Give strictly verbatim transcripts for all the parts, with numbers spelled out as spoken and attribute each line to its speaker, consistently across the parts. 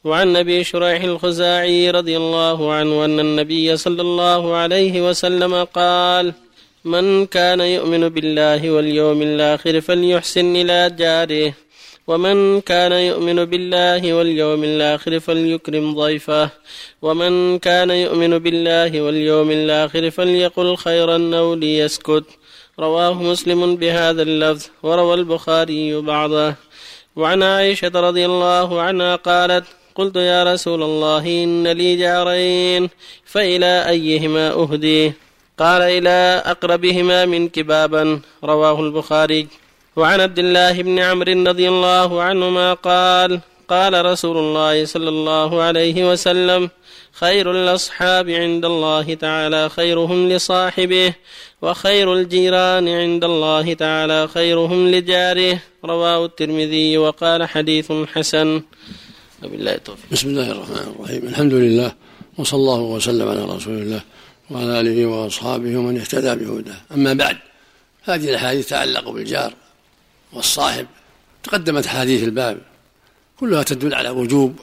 Speaker 1: وعن أبي شريح الخزاعي رضي الله عنه أن النبي صلى الله عليه وسلم قال: من كان يؤمن بالله واليوم الآخر فليحسن إلى جاره، ومن كان يؤمن بالله واليوم الآخر فليكرم ضيفه، ومن كان يؤمن بالله واليوم الآخر فليقل خيرا أو ليسكت. رواه مسلم بهذا اللفظ، وروى البخاري بعضه. وعن عائشة رضي الله عنها قالت: قلت يا رسول الله إن لي جارين فإلى أيهما أهدي؟ قال: إلى أقربهما منك بابا. رواه البخاري. وعن عبد الله بن عمرو رضي الله عنهما قال: قال رسول الله صلى الله عليه وسلم: خير الأصحاب عند الله تعالى خيرهم لصاحبه، وخير الجيران عند الله تعالى خيرهم لجاره. رواه الترمذي وقال: حديث حسن. وبالله التوفيق.
Speaker 2: بسم الله الرحمن الرحيم. الحمد لله، وصلى الله وسلم على رسول الله وعلى آله وأصحابه ومن اهتدى بهداه. أما بعد، هذه الأحاديث تتعلق بالجار والصاحب. تقدمت حديث الباب كلها تدل على وجوب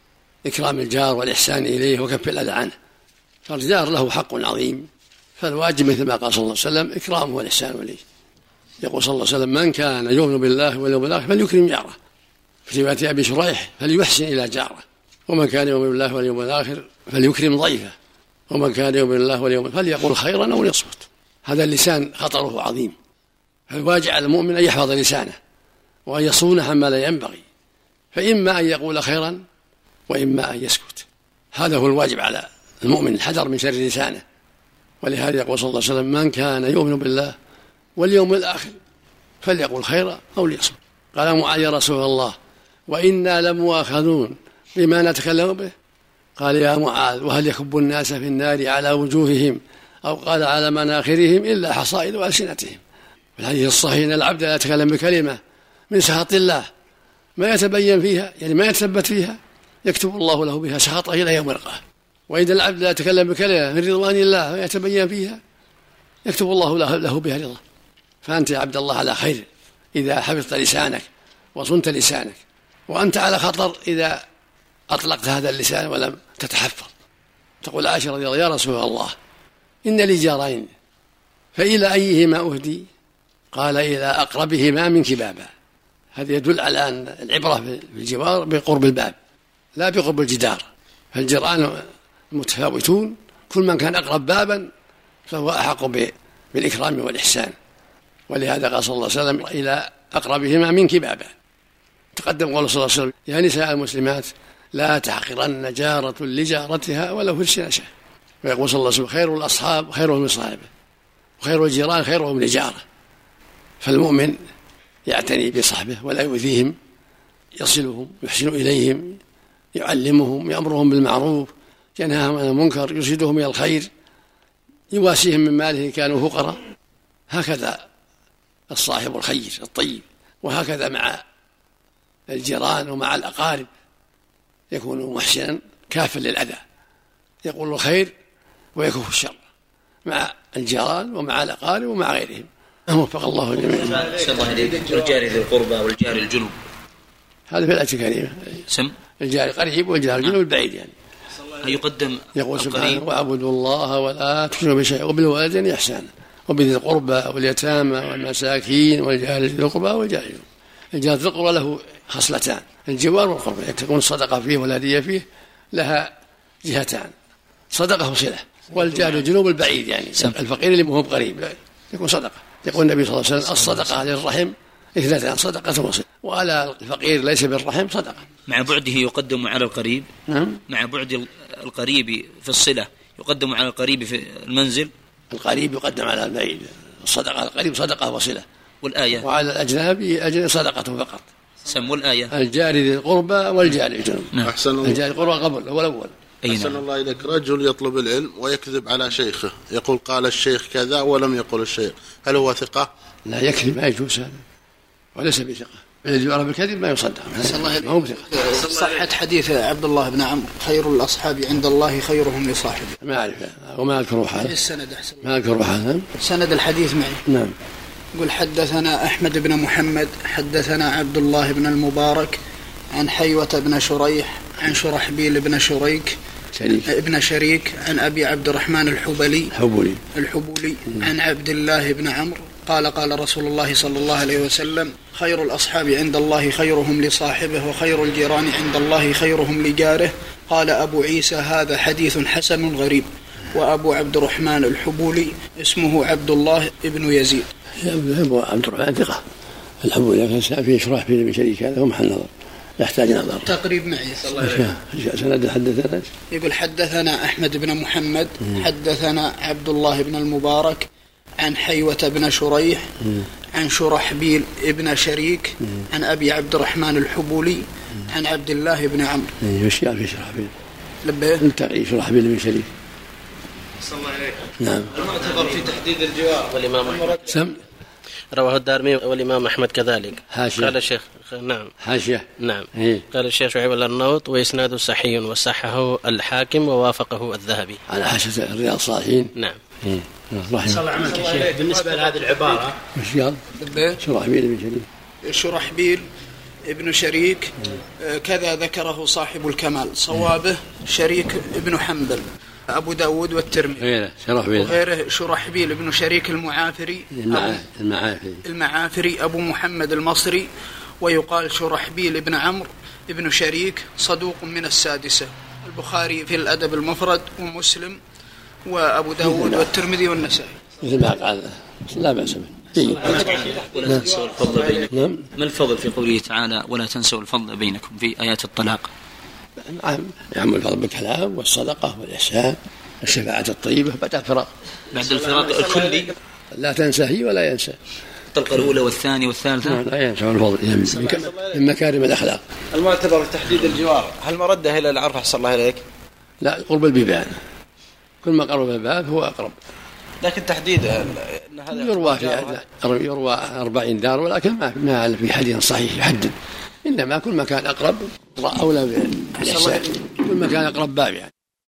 Speaker 2: إكرام الجار والإحسان إليه وكف الأذى عنه، فالجار له حق عظيم، فالواجب مثل ما قال صلى الله عليه وسلم إكرامه والإحسان إليه. يقول صلى الله عليه وسلم: من كان يؤمن بالله واليوم الآخر فليكرم جاره، في رواية أبي شريح: فليحسن إلى جاره، ومن كان يؤمن بالله واليوم الآخر فليكرم ضيفه، ومن كان يؤمن بالله واليوم الآخر فليقل خيرا أو ليصمت. هذا اللسان خطره عظيم، فالواجب على المؤمن أن يحفظ لسانه وأن يصونه عما لا ينبغي، فإما أن يقول خيرا وإما أن يسكت. هذا هو الواجب على المؤمن، الحذر من شر لسانه. ولهذا يقول صلى الله عليه وسلم: من كان يؤمن بالله واليوم الآخر فليقل خيرا أو ليصمت. قال معاذ: يا رسول الله، وإنا لمؤاخذون بما نتكلم به؟ قال: يا معاذ، وهل يكب الناس في النار على وجوههم أو قال على مناخرهم إلا حصائد ألسنتهم؟ في الحديث الصحيح أن العبد لا يتكلم بكلمة من سخط الله ما يتبين فيها، يعني ما يتثبت فيها، يكتب الله له بها سخطه إلى يوم يلقاه. وإذا العبد لا يتكلم بكلمة من رضوان الله ما يتبين فيها، يكتب الله له بها رضا. فأنت يا عبد الله على خير إذا حفظت لسانك وصنت لسانك، وأنت على خطر إذا أطلقت هذا اللسان ولم تتحفظ. تقول عائشة رضي الله: يا رسول الله، إن لي جارين فإلى أيهما أهدي؟ قال: إلى أقربهما منك بابا. هذا يدل على أن العبرة في الجوار بقرب الباب لا بقرب الجدار، فالجيران متفاوتون، كل من كان أقرب بابا فهو أحق بالإكرام والإحسان. ولهذا قال صلى الله عليه وسلم: إلى أقربهما منك بابا. تقدم قول صلى الله عليه وسلم: يا نساء المسلمات لا تحقرن جارة لجارتها ولو في الشاشة. ويقول صلى الله عليه وسلم: خير الأصحاب خيرهم لصاحبه، وخير الجيران خيرهم لجاره. فالمؤمن يعتني بصحبه ولا يؤذيهم، يصلهم، يحسن إليهم، يعلمهم، يأمرهم بالمعروف، ينهاهم عن المنكر، يرشدهم إلى الخير، يواسيهم من ماله كانوا فقراء. هكذا الصاحب الخير الطيب. وهكذا مع الجيران ومع الأقارب يكون محسنا كافا للأذى، يقول الخير ويكف الشر مع الجيران ومع الأقارب ومع غيرهم. وفق الله جميعا.
Speaker 3: الجار ذي القربى والجار الجنوب،
Speaker 2: هذا في الآية الكريمة. سم الجار القريب والجار الجنوب البعيد، يعني
Speaker 3: يقدم.
Speaker 2: يقول سبحانه: واعبدوا الله ولا تشركوا به شيئا وبالوالدين إحسانا وبذي القربى واليتامى والمساكين والجار ذي القربى والجار الجنوب. الجار ذي القربى له خصلتان: الجوار والقربى. تكون الصدقة فيه والهدية فيه لها جهتان: صدقة وصلة. والجار الجنوب البعيد، يعني الفقير اللي هو قريب يكون صدقة. يقول النبي صلى الله عليه وسلم: الصدقة على الرحم اثنتان: صدقة وصلة. وعلى الفقير ليس بالرحم صدقة.
Speaker 3: مع بعده يقدم على القريب. نعم. مع بعد القريب في الصلة يقدم على القريب في المنزل.
Speaker 2: القريب يقدم على البعيد. الصدقة على القريب صدقة وصلة.
Speaker 3: والآية: وعلى
Speaker 2: الأجنبي أجنبي صدقة فقط.
Speaker 3: سموا الآية:
Speaker 2: الجار ذي القربى والجار الجنوب.
Speaker 4: نعم. أحسن
Speaker 2: الجار القربى قبل هو الأول.
Speaker 4: أحسن الله إليك. رجل يطلب العلم ويكذب على شيخه، يقول قال الشيخ كذا ولم يقل الشيخ، هل هو ثقة؟
Speaker 2: لا يكذب، ما يجوز هذا، وليس بثقة. الذي يعرف بالكذب ما يصدق، ما هو بثقة.
Speaker 5: صحة حديث عبد الله بن عمرو: خير الأصحاب عند الله خيرهم لصاحبه.
Speaker 2: ما أعرف وما أذكر حاله.
Speaker 5: السند أحسن.
Speaker 2: ما أذكر حاله.
Speaker 5: سند الحديث معي.
Speaker 2: نعم.
Speaker 5: يقول: حدثنا أحمد بن محمد حدثنا عبد الله بن المبارك عن حيوة بن شريح عن شرحبيل بن شريك
Speaker 2: شريك
Speaker 5: ابن شريك عن أبي عبد الرحمن الحبلي
Speaker 2: حبولي
Speaker 5: الحبولي عن عبد الله بن عمرو قال قال رسول الله صلى الله عليه وسلم خير الأصحاب عند الله خيرهم لصاحبه وخير الجيران عند الله خيرهم لجاره. قال أبو عيسى هذا حديث حسن غريب. وأبو عبد الرحمن الحبولي اسمه عبد الله ابن يزيد.
Speaker 2: أبو عبد الرحمن ثقة الحبولي لكن فيه شرحبيل بن شريك هذا هو محل نظر يحتاج نظر
Speaker 5: تقريب معي.
Speaker 2: سند حدثنا
Speaker 5: يقول حدثنا أحمد بن محمد حدثنا عبد الله بن المبارك عن حيوة بن شريح عن شرحبيل ابن شريك عن أبي عبد الرحمن الحبولي عن عبد الله بن عمرو.
Speaker 2: يشيع في شرحبيل
Speaker 5: لبيه
Speaker 2: انتقي شرحبيل بن شريك.
Speaker 6: صلى الله عليك.
Speaker 2: نعم.
Speaker 6: المعتبر في تحديد الجوار
Speaker 1: والإمام أحمد
Speaker 2: سم
Speaker 1: رواه الدارمي والإمام أحمد كذلك.
Speaker 2: حاشية.
Speaker 1: قال الشيخ نعم
Speaker 2: حاشية.
Speaker 1: نعم
Speaker 2: إيه؟
Speaker 1: قال الشيخ شعيب الأرناؤوط وإسناده صحيح وصححه الحاكم ووافقه الذهبي
Speaker 2: على حاشية الرياض الصالحين.
Speaker 1: نعم.
Speaker 2: إيه؟
Speaker 6: صلى الله عليه. بالنسبة لهذه العبارة
Speaker 2: وش قال؟ شرحبيل بن شريك
Speaker 5: شرحبيل ابن شريك كذا ذكره صاحب الكمال صوابه شريك ابن حنبل أبو داود والترمذي
Speaker 2: غيره شرحبيل
Speaker 5: وغيره شرحبيل ابن شريك المعافري
Speaker 2: المعافري
Speaker 5: المعافري أبو محمد المصري. ويقال شرحبيل ابن عمرو ابن شريك صدوق من السادسة. البخاري في الأدب المفرد ومسلم وأبو داود والترمذي والنسائي.
Speaker 2: مثل ما قال لا بأس به.
Speaker 3: ولا تنسوا الفضل بينكم.
Speaker 2: نعم.
Speaker 3: ما الفضل في قوله تعالى ولا تنسوا الفضل بينكم في آيات الطلاق؟
Speaker 2: يعم الفضل بالكلام والصدقة والإحسان الشفاعة الطيبة بعد الفراق.
Speaker 3: بعد الفراق الكلي
Speaker 2: لا تنسى هي ولا ينسى.
Speaker 3: الطلقة الأولى والثانية والثالثة
Speaker 2: لا ينسى الفضل من مكارم الأخلاق.
Speaker 6: المعتبر في تحديد الجوار هل مرده إلى العرف أحسن الله إليك؟
Speaker 2: لا قرب البيبان كل ما قرب الباب هو أقرب.
Speaker 6: لكن تحديد
Speaker 2: يروى في يروى أربعين دار ولكن ما في حديث صحيح يحدد إنما كل ما كان أقرب أولى بالإحسان كل ما كان أقرب باب يعني.